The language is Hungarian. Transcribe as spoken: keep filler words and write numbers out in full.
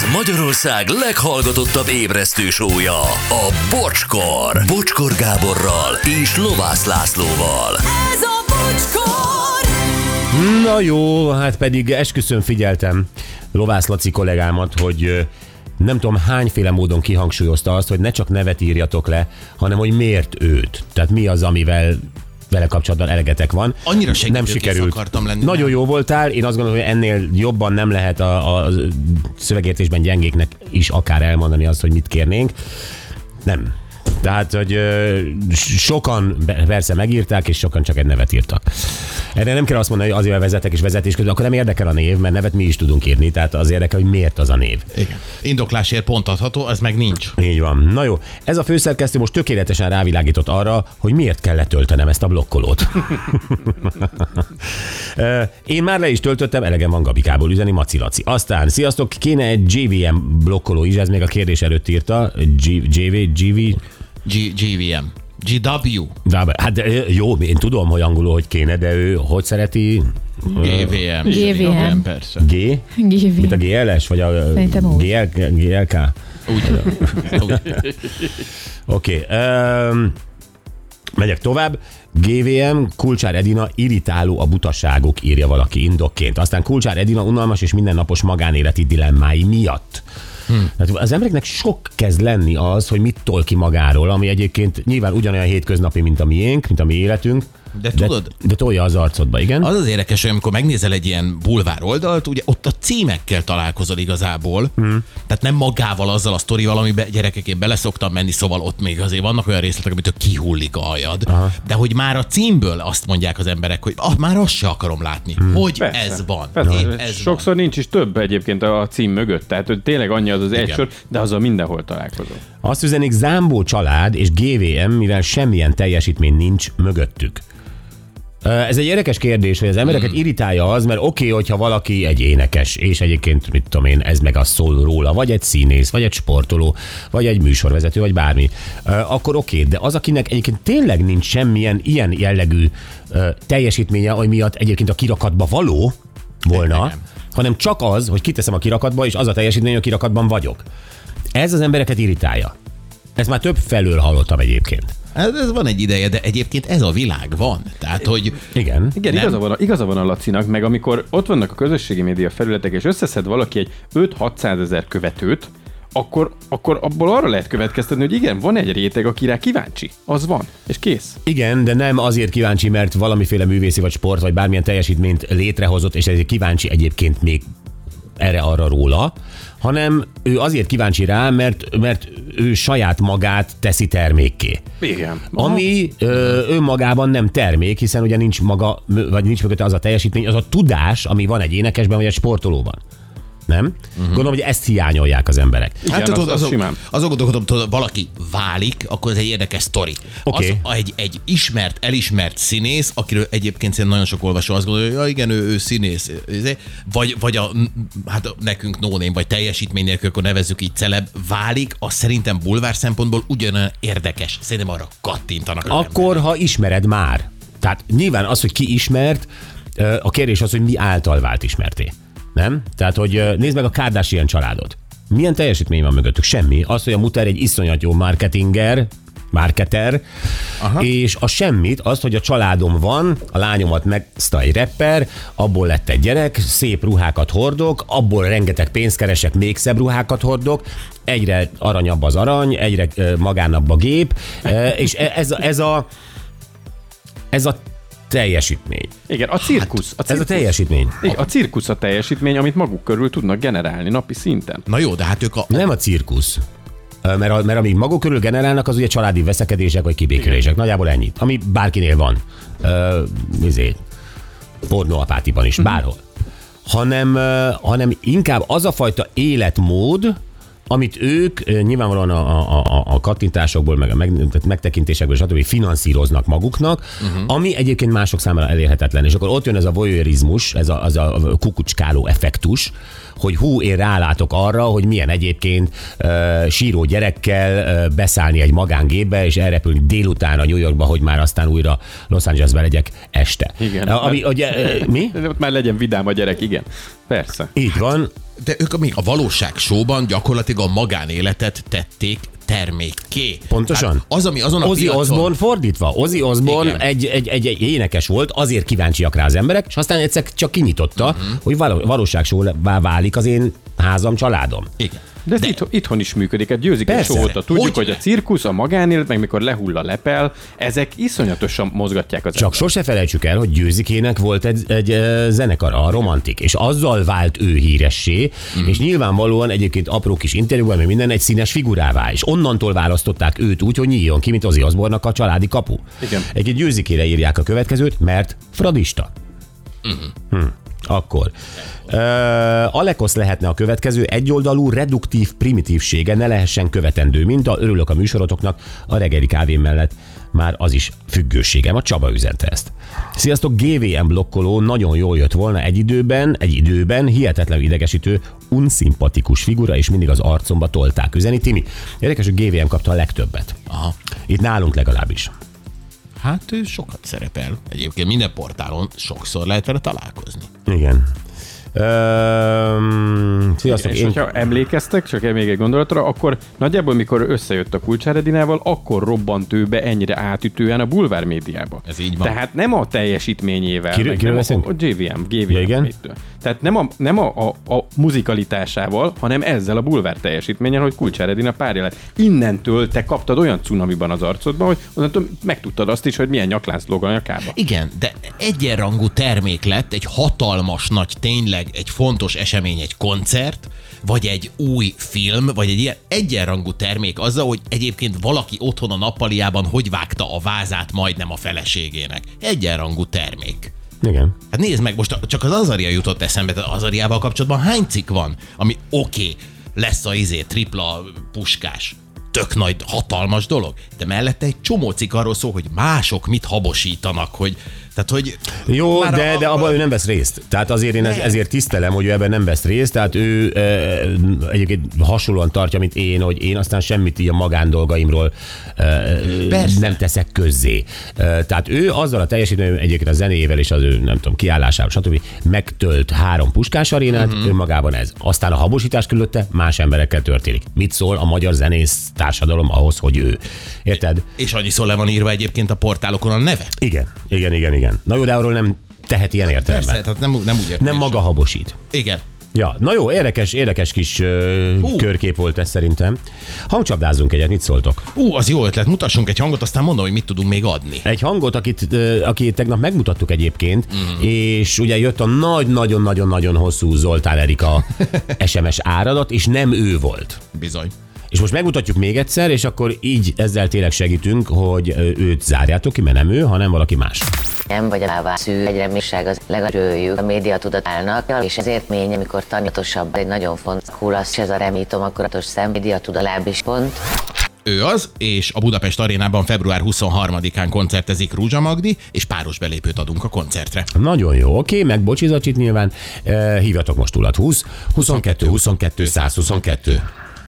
Ez Magyarország leghallgatottabb ébresztő show-ja, a Bocskor. Bocskor Gáborral és Lovász Lászlóval. Ez a Bocskor! Na jó, hát pedig esküszöm figyeltem Lovász Laci kollégámat, hogy nem tudom hányféle módon kihangsúlyozta azt, hogy ne csak nevet írjatok le, hanem hogy miért őt. Tehát mi az, amivel vele kapcsolatban elegetek van. Annyira nem sikerült. Akartam lenni. Nagyon jó voltál, én azt gondolom, hogy ennél jobban nem lehet a, a szövegértésben gyengéknek is akár elmondani azt, hogy mit kérnénk. Nem. Tehát, hogy ö, sokan persze megírták, és sokan csak egy nevet írtak. Erre nem kell azt mondani, hogy azért vezetek és vezetés közben, akkor nem érdekel a név, mert nevet mi is tudunk írni, tehát az érdekel, hogy miért az a név. Igen. Indoklásért pont adható, ez meg nincs. Így van. Na jó, ez a főszerkesztő most tökéletesen rávilágított arra, hogy miért kell letöltenem ezt a blokkolót. Én már le is töltöttem, elegem van Gabikából, üzeni Maci Laci. Aztán, sziasztok, kéne egy gé vé em blokkoló is, ez még a kérdés előtt írta. gé vé, gé vé? gé vé em. gé vé. De, hát jó, én tudom, hogy angolul hogy kéne, de ő hogy szereti? gé vé em. gé vé em. Persze. G? gé vé em. Mint a gé el es? Vagy a Szerintem úgy. gé el, gé el ká? Úgy. Úgy. Oké. Okay, um, megyek tovább. gé vé em, Kulcsár Edina, irritáló a butaságok, írja valaki indokként. Aztán Kulcsár Edina unalmas és mindennapos magánéleti dilemmái miatt. Hmm. Az embereknek sok kezd lenni az, hogy mit tol ki magáról, ami egyébként nyilván ugyanolyan hétköznapi, mint a miénk, mint a mi életünk. De tudod, de, de tolja az arcodba, igen? Az az érdekes, hogy amikor megnézel egy ilyen bulvár oldalt, ugye ott a címekkel találkozol igazából, hmm. tehát nem magával, azzal a sztorival, amiben gyerekek én bele szoktam menni, szóval ott még azért vannak olyan részletek, amitől kihullik a hajad. Aha. De hogy már a címből azt mondják az emberek, hogy ah, már azt se akarom látni, hmm. hogy persze, ez van. Persze. Ez Sokszor van. Nincs is több egyébként a cím mögött, tehát hogy tényleg annyi az az egy sor, de azzal mindenhol találkozol. Azt üzenik, Zámbó család és gé vé em, mivel semmilyen teljesítmény nincs mögöttük. Ez egy érdekes kérdés, hogy az embereket hmm. irritálja az, mert oké, okay, hogyha valaki egy énekes, és egyébként, mit tudom én, ez meg az szól róla, vagy egy színész, vagy egy sportoló, vagy egy műsorvezető, vagy bármi, akkor oké, okay, de az, akinek egyébként tényleg nincs semmilyen ilyen jellegű teljesítménye, ami miatt egyébként a kirakatba való volna, nem, nem. hanem csak az, hogy kiteszem a kirakatba, és az a teljesítmény, hogy a kirakatban vagyok. Ez az embereket irritálja. Ezt már több felől hallottam egyébként. Ez, ez van egy ideje, de egyébként ez a világ van. Tehát, hogy... Igen. Igen, igaza van, a, igaza van a Lacinak, meg amikor ott vannak a közösségi média felületek, és összeszed valaki egy öt-hatszázezer követőt, akkor, akkor abból arra lehet következtetni, hogy igen, van egy réteg, aki rá kíváncsi. Az van, és kész. Igen, de nem azért kíváncsi, mert valamiféle művészi vagy sport, vagy bármilyen teljesítményt létrehozott, és ezért kíváncsi egyébként még erre-arra róla, hanem ő azért kíváncsi rá, mert, mert ő saját magát teszi termékké. Igen. Ami ö, önmagában nem termék, hiszen ugye nincs maga, vagy nincs mögötte az a teljesítmény, az a tudás, ami van egy énekesben, vagy egy sportolóban. Nem? Uh-huh. Gondolom, hogy ezt hiányolják az emberek. Igen, hát tudod, az, az azon, azon gondolkodom, hogy valaki válik, akkor ez egy érdekes sztori. Okay. Az egy, egy ismert, elismert színész, akiről egyébként szerintem nagyon sok olvasó azt gondolja, hogy ja, igen, ő, ő színész. Vagy, vagy a, hát nekünk no name, vagy teljesítmény nélkül, akkor nevezzük így celeb, válik, az szerintem bulvár szempontból ugyanolyan érdekes. Szerintem arra kattintanak. Akkor, emberek. Ha ismered már. Tehát nyilván az, hogy ki ismert, a kérdés az, hogy mi által vált ismerté. Nem? Tehát, hogy nézd meg a Kardashian családot. Milyen teljesítmény van mögöttük? Semmi. Az, hogy a muter egy iszonyat jó marketinger, marketer, aha. és a semmit, az, hogy a családom van, a lányomat meg egy rapper, abból lett egy gyerek, szép ruhákat hordok, abból rengeteg pénzt keresek, még szebb ruhákat hordok, egyre aranyabb az arany, egyre magánabb a gép, és ez, ez a ez a teljesítmény. Igen, a cirkusz. A cirkusz. Ez a teljesítmény. Igen, a cirkusz a teljesítmény, amit maguk körül tudnak generálni napi szinten. Na jó, de hát ők a... Nem a cirkusz. Mert, a, mert amíg maguk körül generálnak, az ugye családi veszekedések vagy kibékülések. Nagyjából ennyit. Ami bárkinél van. Uh, izé, pornóapátiban is, bárhol. Hanem, uh, hanem inkább az a fajta életmód, amit ők nyilvánvalóan a, a, a kattintásokból, meg a meg, megtekintésekből, stb. Finanszíroznak maguknak, uh-huh. ami egyébként mások számára elérhetetlen. És akkor ott jön ez a voyeurizmus, ez a, az a kukucskáló effektus, hogy hú, én rálátok arra, hogy milyen egyébként uh, síró gyerekkel uh, beszállni egy magángépbe, és elrepülni délután a New Yorkba, hogy már aztán újra Los Angelesbe legyek este. Igen. Uh, ami, ugye, uh, mi? Ott már legyen vidám a gyerek, igen. Persze. Így van. De ők még a valóság showban gyakorlatilag a magánéletet tették termékké. Pontosan. Hát az, ami azon a Ozzy piacon... Osbourne fordítva. Ozzy Osbourne egy, egy, egy, egy énekes volt, azért kíváncsiak rá az emberek, és aztán egyszer csak kinyitotta, uh-huh. hogy való, valóságsóvá válik az én házam, családom. Igen. De ez De... Itthon, itthon is működik, hát győzik egy Persze. show óta. Tudjuk, Hogy? hogy a cirkusz, a magánélet, meg mikor lehull a lepel, ezek iszonyatosan mozgatják az Csak embert. sose felejtsük el, hogy Győzikének volt egy, egy eh, zenekara, a Romantik, és azzal vált ő híressé, mm. és nyilvánvalóan egyébként apró kis interjúban, meg minden egy színes figurává, és onnantól választották őt úgy, hogy nyíljon ki, mint Ozzy Osbourne-nak a családi kapu. Igen. Egyébként Győzikére írják a következőt, mert fradista. Mm-hmm. Hm. Akkor. Uh, Alekosz lehetne a következő, egyoldalú, reduktív primitívsége ne lehessen követendő minta, örülök a műsorotoknak, a reggeli kávém mellett már az is függőségem. A Csaba üzente ezt. Sziasztok, gé vé em blokkoló nagyon jól jött volna egy időben, egy időben, hihetetlenül idegesítő, unszimpatikus figura, és mindig az arcomba tolták. Üzeni Timi. Érdekes, hogy gé vé em kapta a legtöbbet. Aha. Itt nálunk legalábbis. Hát ő sokat szerepel. Egyébként minden portálon sokszor lehet vele találkozni. Igen. Öm, sziasztok, És én... hogyha emlékeztek, csak még egy gondolatra, akkor nagyjából mikor összejött a Kulcsár Edinával, akkor robbant ő be ennyire átütően a bulvár médiába. Ez így van. Tehát nem a teljesítményével, Kiről- meg kiről nem beszélünk? a, a gé vé em, gé vé em Ja, igen? métől. Tehát nem, a, nem a, a, a muzikalitásával, hanem ezzel a bulvár teljesítménnyel, hogy Kulcsár Edina párja lett. Innentől te kaptad olyan cunamiban az arcodban, hogy onnantól megtudtad azt is, hogy milyen nyaklánc lóg a nyakába. Igen, de egyenrangú termék lett, egy hatalmas nagy, tényleg egy fontos esemény, egy koncert, vagy egy új film, vagy egy ilyen egyenrangú termék azzal, hogy egyébként valaki otthon a nappaliában hogy vágta a vázát majdnem a feleségének. Egyenrangú termék. Igen. Hát nézd meg, most csak az Azaria jutott eszembe, az Azariával kapcsolatban hány cikk van, ami oké, okay, lesz a izé, tripla puskás, tök nagy, hatalmas dolog, de mellette egy csomó cikk arról szól, hogy mások mit habosítanak, hogy tehát, hogy... Jó, már de, a, de abban ő nem vesz részt. Tehát azért én ez, ezért tisztelem, hogy ő ebben nem vesz részt. Tehát ő e, egyébként hasonlóan tartja, mint én, hogy én aztán semmit így a magándolgaimról e, nem teszek közzé. E, tehát ő azzal a teljesítmény, egyébként a zenéjével és az ő, nem tudom, kiállásával, stb. Megtölt három Puskás arénát, uh-huh. önmagában ez. Aztán a habosítás körülötte más emberekkel történik. Mit szól a magyar zenész társadalom ahhoz, hogy ő? Érted? És annyiszor le van írva egyébként a portálokon a neve. Igen, igen, igen, igen. Na jó, de arról nem tehet ilyen értelemben. Persze, tehát nem, nem úgy értem. Nem maga habosít. Igen. Ja, na jó, érdekes, érdekes kis uh, körkép volt ez szerintem. Hangcsapdázzunk egyet, mit szóltok? Ú, az jó ötlet, mutassunk egy hangot, aztán mondom, hogy mit tudunk még adni. Egy hangot, akit, uh, akit tegnap megmutattuk egyébként, mm. és ugye jött a nagy-nagyon-nagyon-nagyon hosszú Zoltán Erika es em es áradat, és nem ő volt. Bizony. És most megmutatjuk még egyszer, és akkor így ezzel tényleg segítünk, hogy őt zárjátok ki, mert nem ő, hanem valaki más. Nem vagy a vászű, egyre mégség az legalább a média tudatának, és ezért mény, amikor tanulatosabb egy nagyon fontos kulasz, ez a remítom, akkuratos szemmédia tudalább is pont. Ő az, és a Budapest Arénában február huszonharmadikán koncertezik Rúzsa Magdi, és páros belépőt adunk a koncertre. Nagyon jó, oké, meg bocsizacsit nyilván. Uh, hívjatok most nulla húsz huszonkettő huszonkettő százhuszonkettő.